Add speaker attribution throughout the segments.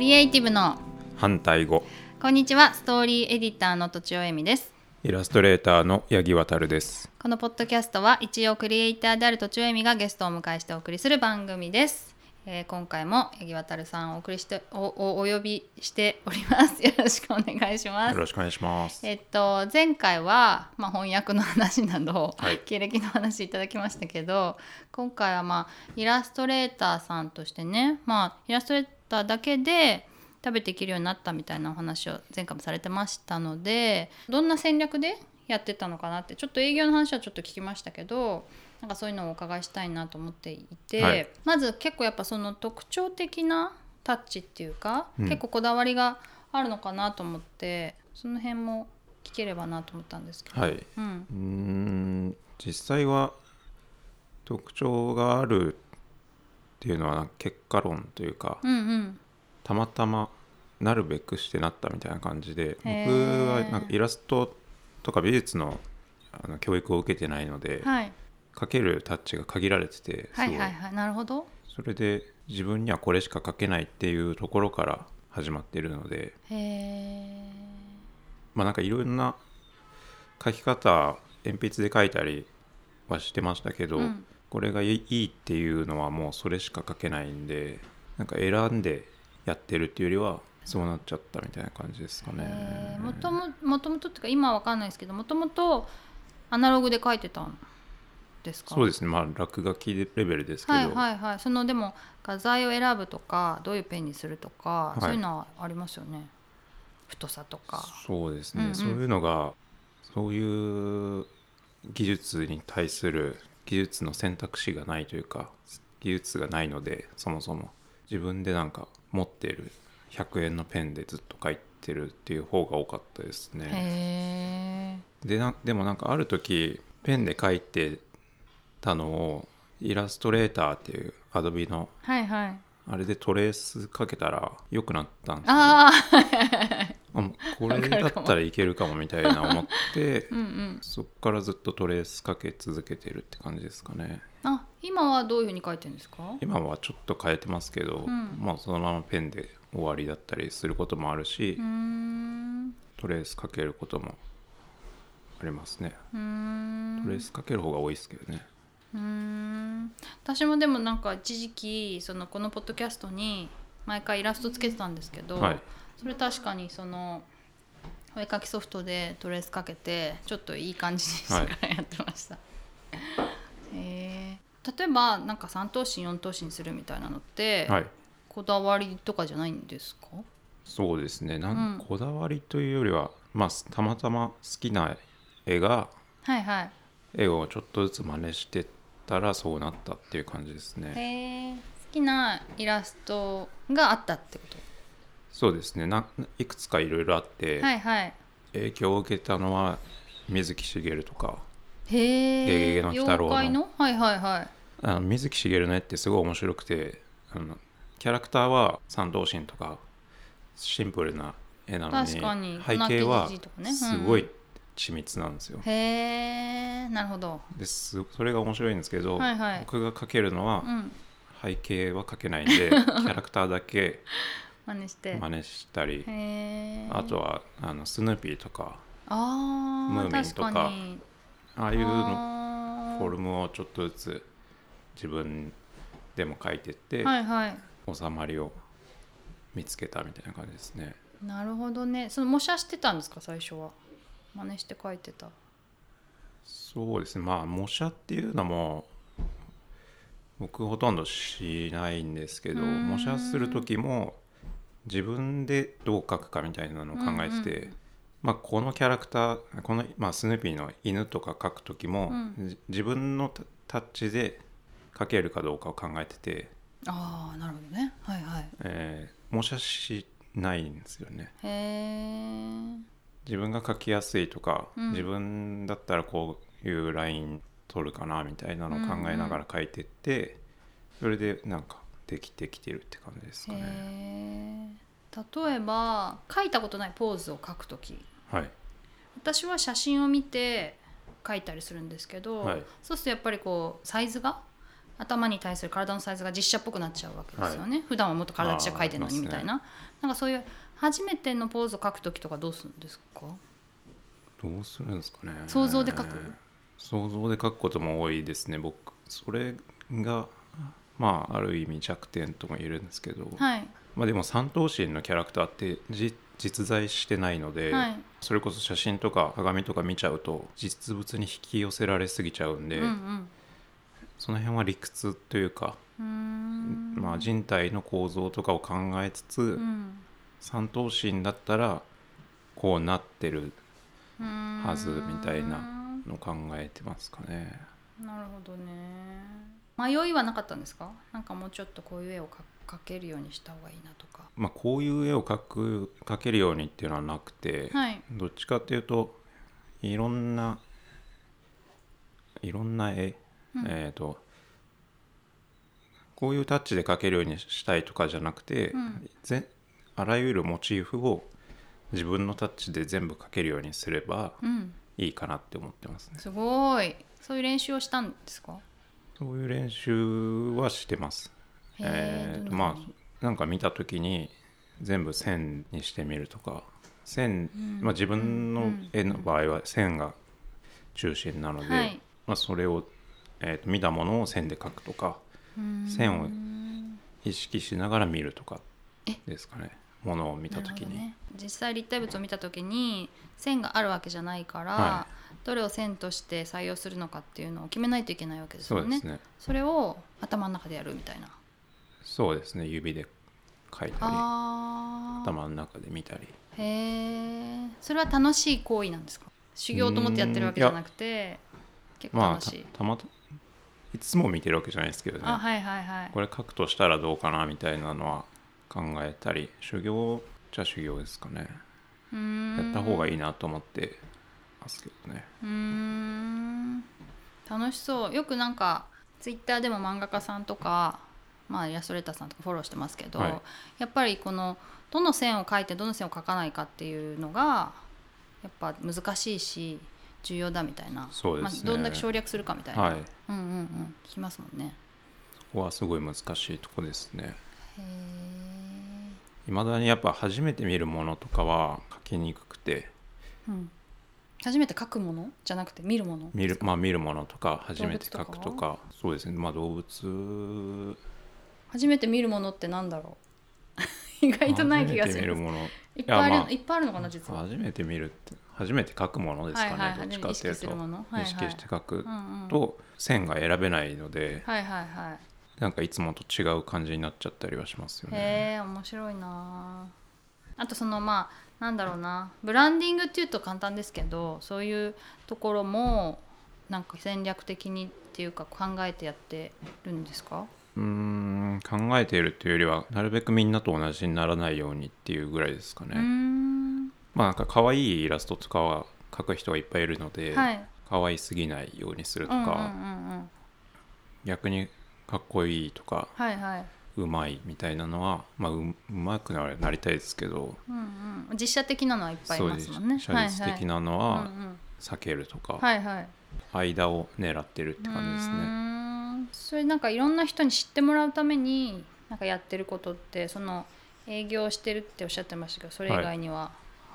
Speaker 1: リエイティブの
Speaker 2: 反対語。
Speaker 1: こんにちは。ストーリーエディターのとちおえみです。
Speaker 2: イラストレーターの八木渡です。
Speaker 1: このポッドキャストは一応クリエイターであるとちおえみがゲストをお迎えしてお送りする番組です。今回も八木渡さんをお呼びしております。よろしくお願いします。
Speaker 2: よろしくお願いします。
Speaker 1: 前回は、翻訳の話など、
Speaker 2: はい、
Speaker 1: 経歴の話いただきましたけど、今回は、イラストレーターさんとしてね、イラストレーターだけで食べていけるようになったみたいなお話を前回もされてましたので、どんな戦略でやってたのかなって、ちょっと営業の話はちょっと聞きましたけど、なんかそういうのをお伺いしたいなと思っていて、
Speaker 2: はい、
Speaker 1: まず結構やっぱその特徴的なタッチっていうか、結構こだわりがあるのかなと思って、その辺も聞ければなと思ったんですけど、
Speaker 2: はい、実際は特徴があるっていうのは結果論というか、たまたまなるべくしてなったみたいな感じで、僕はなんかイラストとか美術の教育を受けてないので、描けるタッチが限られてて、
Speaker 1: なるほど。
Speaker 2: それで自分にはこれしか描けないっていうところから始まっているので、なんかいろんな描き方鉛筆で描いたりはしてましたけど、これがいいっていうのはもうそれしか描けないんで、なんか選んでやってるっていうよりはそうなっちゃったみたいな感じですかね。
Speaker 1: もともとっていうか今は分かんないですけど、もともとアナログで描いてたんですか？
Speaker 2: そうですね、落書きレベルですけど、
Speaker 1: そのでも画材を選ぶとかどういうペンにするとか、そういうのはありますよね。太さとか。
Speaker 2: そうですね、そういうのが、そういう技術に対する技術の選択肢がないというか、技術がないので、そもそも自分でなんか持っている100円のペンでずっと描いてるっていう方が多かったですね。でもなんかある時ペンで描いてたのをイラストレーターっていうアドビの、あれでトレースかけたら良くなったんですよ。これだったらいけるかもみたいな思ってそっからずっとトレースかけ続けてるって感じですかね。
Speaker 1: 今はどういう風に描いてるんですか？
Speaker 2: 今はちょっと変えてますけど、そのままペンで終わりだったりすることもあるし、トレースかけることもありますね。トレースかける方が多いですけどね。
Speaker 1: 私もでもなんか一時期このポッドキャストに毎回イラストつけてたんですけど、それ確かにそのお絵描きソフトでトレースかけてちょっといい感じにしてからやってました。例えばなんか3頭身4頭身するみたいなのって、こだわりとかじゃないんですか？
Speaker 2: そうですね、こだわりというよりは、たまたま好きな絵が、絵をちょっとずつ真似してたらそうなったっていう感じですね。
Speaker 1: 好きなイラストがあったってこと？
Speaker 2: そうですね、いくつかいろいろあって、影響を受けたのは水木しげるとかゲゲゲの鬼太郎の、水木しげるの絵ってすごい面白くて、キャラクターは三頭身とかシンプルな絵なのに、背景はすごい緻密なんですよ。
Speaker 1: なるほど。
Speaker 2: それが面白いんですけど、僕が描けるのは、背景は描けないんでキャラクターだけ真似したり、あとはスヌーピーとかムーミンとか、ああいうのフォルムをちょっとずつ自分でも描いてって、収まりを見つけたみたいな感じですね。
Speaker 1: なるほどね。模写してたんですか？最初は真似して描いてた？
Speaker 2: そうですね、模写っていうのも僕ほとんどしないんですけど、模写する時も自分でどう描くかみたいなのを考えてて、このキャラクター、この、スヌーピーの犬とか描く時も、自分のタッチで描けるかどうかを考えてて、
Speaker 1: なるほどね。
Speaker 2: 模写しないんですよね。自分が描きやすいとか、自分だったらこういうライン取るかなみたいなのを考えながら描いてって、それでなんかできてきてるって感じですかね。
Speaker 1: 例えば描いたことないポーズを描くとき、私は写真を見て描いたりするんですけど、そうするとやっぱりこうサイズが頭に対する体のサイズが実写っぽくなっちゃうわけですよね、普段はもっと体ちっちゃく描いてるのにみたいな、なんかそういう初めてのポーズを描くときとかどうするんですか？
Speaker 2: どうするんですかね。
Speaker 1: 想像で描く？
Speaker 2: 想像で描くことも多いですね。僕それがまあある意味弱点とも言えるんですけど、
Speaker 1: はい、
Speaker 2: まあでも三頭身のキャラクターって実在してないので、
Speaker 1: はい、
Speaker 2: それこそ写真とか鏡とか見ちゃうと実物に引き寄せられすぎちゃうんで、
Speaker 1: うんうん、
Speaker 2: その辺は理屈というか、まあ、人体の構造とかを考えつつ、
Speaker 1: うん、
Speaker 2: 三頭身だったらこうなってるはずみたいなのを考えてますかね。
Speaker 1: なるほどね。迷いはなかったんですか？なんかもうちょっとこういう絵を描けるようにした方がいいなとか。
Speaker 2: まあ、こういう絵を描けるようにっていうのはなくて、
Speaker 1: はい、
Speaker 2: どっちかっていうといろんな絵、こういうタッチで描けるようにしたいとかじゃなくて、あらゆるモチーフを自分のタッチで全部描けるようにすればいいかなって思ってますね。
Speaker 1: すごい。そういう練習をしたんですか？
Speaker 2: そういう練習はしてます。まあなんか見た時に全部線にしてみるとか、線、まあ、自分の絵の場合は線が中心なので、
Speaker 1: はい、
Speaker 2: まあ、それを、見たものを線で描くとか、線を意識しながら見るとかですかね。ものを見た時に、
Speaker 1: ね、実際立体物を見た時に線があるわけじゃないから、
Speaker 2: は
Speaker 1: どれを線として採用するのかっていうのを決めないといけないわけですよね。
Speaker 2: そうですね。
Speaker 1: それを頭の中でやるみたいな。
Speaker 2: そうですね。指で描いたり頭の中で見たり。
Speaker 1: へえ。それは楽しい行為なんですか？修行と思ってやってるわけじゃなくて結構楽しい。
Speaker 2: いつも見てるわけじゃないですけどね、
Speaker 1: はいはいはい、
Speaker 2: これ描くとしたらどうかなみたいなのは考えたり、修行じゃ修行ですかね。やった方がいいなと思ってますけどね。
Speaker 1: 楽しそう。よくなんかツイッターでも漫画家さんとか、まあ、イラストレーターさんとかフォローしてますけど、
Speaker 2: はい、
Speaker 1: やっぱりこのどの線を描いてどの線を描かないかっていうのがやっぱ難しいし重要だみたいな。
Speaker 2: そうですね。
Speaker 1: どんだけ省略するかみたいな、
Speaker 2: はい、
Speaker 1: 聞きますもんね。
Speaker 2: そこはすごい難しいとこですね。
Speaker 1: へ
Speaker 2: いまだにやっぱ初めて見るものとかは描きにくくて、
Speaker 1: 初めて描くものじゃなくて見るものですか？
Speaker 2: 見るものとか初めて描くとか。そうですね。まあ動物
Speaker 1: 初めて見るものってなんだろう意外とない気がします。
Speaker 2: 初めて見るもの
Speaker 1: いっぱいあるのかな実は。
Speaker 2: 初めて見るって初めて描くものですかね、どっちかっていうと意識して描くと線が選べないので、なんかいつもと違う感じになっちゃったりはしますよね。
Speaker 1: へえ、面白いな。あとまあなんだろうな、ブランディングっていうと簡単ですけど、そういうところもなんか戦略的にっていうか考えてやってるんですか？
Speaker 2: 考えているというよりはなるべくみんなと同じにならないようにっていうぐらいですかね。まあなんか可愛いイラストとかは描く人がいっぱいいるので、可愛すぎないようにするとか、逆にかっこいいとか、うまいみたいなのは、まあ、うまくなりたいですけど、
Speaker 1: 実写的なのはいっぱいいますもんね。
Speaker 2: 写実的なのは避けるとか、間を狙ってるって感じですね。
Speaker 1: それなんかいろんな人に知ってもらうためになんかやってることって、営業してるっておっしゃってましたけど、それ以外には、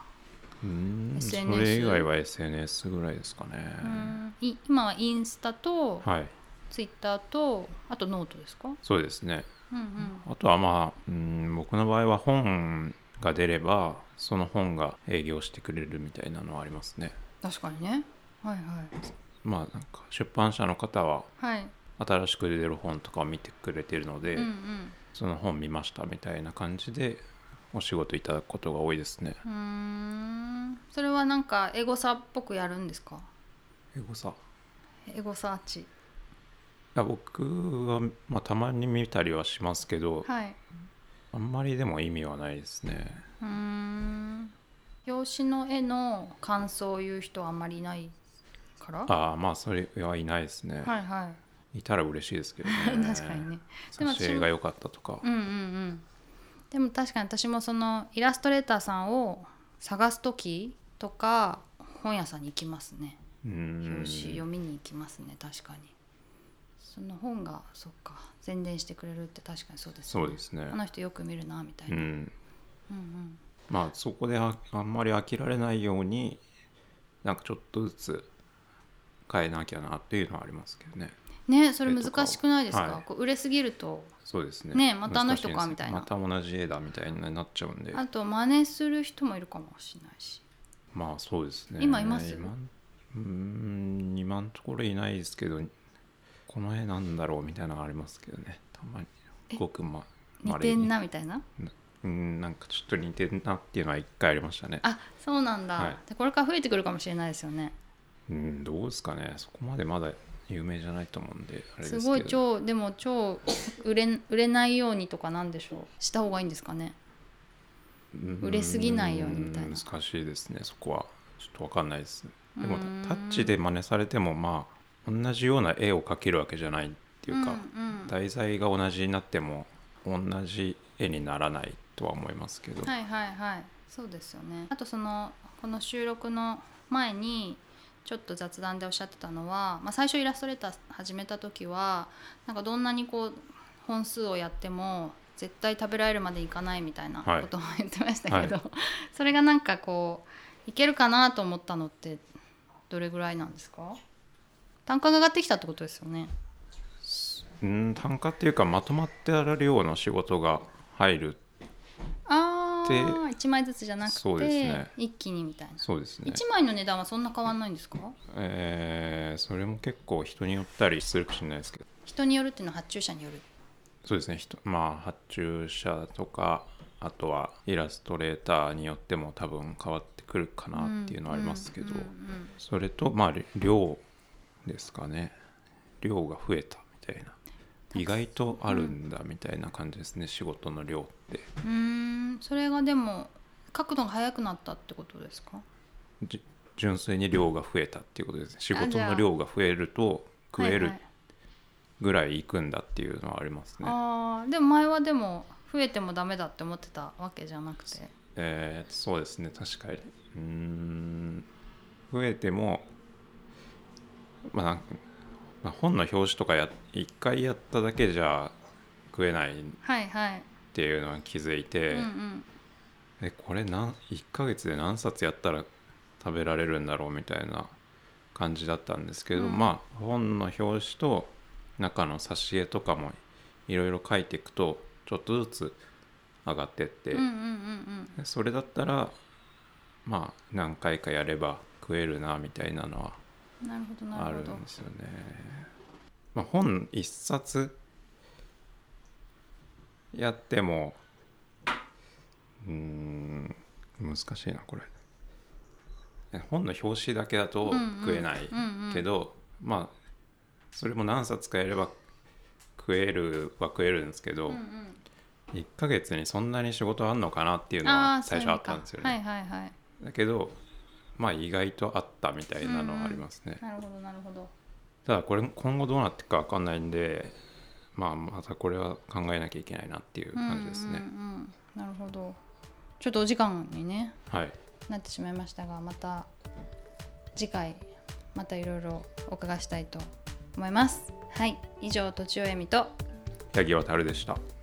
Speaker 2: SNS？ それ以外は SNS ぐらいですかね。
Speaker 1: 今はインスタと、ツイッターと、あとノートですか？
Speaker 2: そうですね。あとはまあ僕の場合は本が出ればその本が営業してくれるみたいなのはありますね。
Speaker 1: 確かにね。
Speaker 2: まあなんか出版社の方は新しく出る本とかを見てくれてるので、その本見ましたみたいな感じでお仕事いただくことが多いですね。
Speaker 1: それはなんかエゴサっぽくやるんですか？
Speaker 2: エゴサ
Speaker 1: ーチ。
Speaker 2: 僕は、まあ、たまに見たりはしますけど、あんまりでも意味はないですね。
Speaker 1: 表紙の絵の感想を言う人はあんまりいないから？
Speaker 2: まあそれはいないですね。いたら嬉しいですけどね。
Speaker 1: 確かにね。
Speaker 2: 挿絵が良かったとか。
Speaker 1: でも確かに私もそのイラストレーターさんを探す時とか本屋さんに行きますね。表紙読みに行きますね。確かにその本がそっか宣伝してくれるって確かにそうですね。
Speaker 2: そうですね。
Speaker 1: あの人よく見るなみたいな、
Speaker 2: まあそこであんまり飽きられないようになんかちょっとずつ変えなきゃなっていうのはありますけどね。
Speaker 1: ね、それ難しくないですか、
Speaker 2: はい、
Speaker 1: こう売れすぎると
Speaker 2: そうですね。
Speaker 1: ね、またあの人かみたいな、
Speaker 2: また同じ絵だみたいになっちゃうんで。
Speaker 1: あと真似する人もいるかもしれないし。
Speaker 2: まあそうですね。
Speaker 1: 今います？
Speaker 2: 今のところいないですけど、この絵なんだろうみたいなのがありますけどね、たまに。ごく
Speaker 1: 似てんなみたいな。
Speaker 2: なんかちょっと似てんなっていうのは一回ありましたね。
Speaker 1: あ、そうなんだ、
Speaker 2: はい、
Speaker 1: でこれから増えてくるかもしれないですよね。
Speaker 2: どうですかね。そこまでまだ有名じゃないと思うんであれですけど。
Speaker 1: すごい超売れないようにとかなんでしょう、した方がいいんですかね。売れすぎないようにみたいな。
Speaker 2: 難しいですね、そこはちょっと分かんないです。でもタッチで真似されてもまあ同じような絵を描けるわけじゃないっていうか、題材が同じになっても同じ絵にならないとは思いますけど。
Speaker 1: はいはいはい、そうですよね。あとこの収録の前にちょっと雑談でおっしゃってたのは、最初イラストレーター始めた時はなんかどんなにこう本数をやっても絶対食べられるまでいかないみたいなことも言ってましたけど、それがなんかこういけるかなと思ったのってどれぐらいなんですか？単価が上がってきたってことですよね。
Speaker 2: 単価っていうかまとまってある量の仕事が入るって
Speaker 1: 1枚ずつじゃなくて、
Speaker 2: そうですね、
Speaker 1: 一気にみたいな。
Speaker 2: そうですね。
Speaker 1: 1枚の値段はそんな変わんないんですか？
Speaker 2: それも結構人によったりするかもしれないですけど。
Speaker 1: 人によるっていうのは発注者による？
Speaker 2: そうですね、発注者とかあとはイラストレーターによっても多分変わってくるかなっていうのはありますけど、それと量ですかね。量が増えたみたいな、意外とあるんだみたいな感じですね、仕事の量って。
Speaker 1: それがでも書くのが早くなったってことですか？
Speaker 2: 純粋に量が増えたっていうことですね。仕事の量が増えると食えるぐらいいくんだっていうのはありますね。
Speaker 1: でも前はでも増えてもダメだって思ってたわけじゃなくて、
Speaker 2: そうですね、確かに増えても本の表紙とか1回やっただけじゃ食えないっていうのは気づいて、これ1ヶ月で何冊やったら食べられるんだろうみたいな感じだったんですけど、本の表紙と中の挿絵とかもいろいろ書いていくとちょっとずつ上がってって、それだったら何回かやれば食えるなみたいなのはあるんですよね。本一冊やっても難しいなこれ。本の表紙だけだと食えないけど、それも何冊かやれば食えるんですけど、1ヶ月にそんなに仕事あんのかなっていうのは最初あったんですよね。だけど意外とあったみたいなのはありますね。
Speaker 1: なるほどなるほど。
Speaker 2: ただこれ今後どうなっていくか分かんないんで、またこれは考えなきゃいけないなっていう感じですね。
Speaker 1: なるほど。ちょっとお時間にね、なってしまいましたが、また次回またいろいろお伺いしたいと思います。以上、とちおえみと
Speaker 2: 八木渡でした。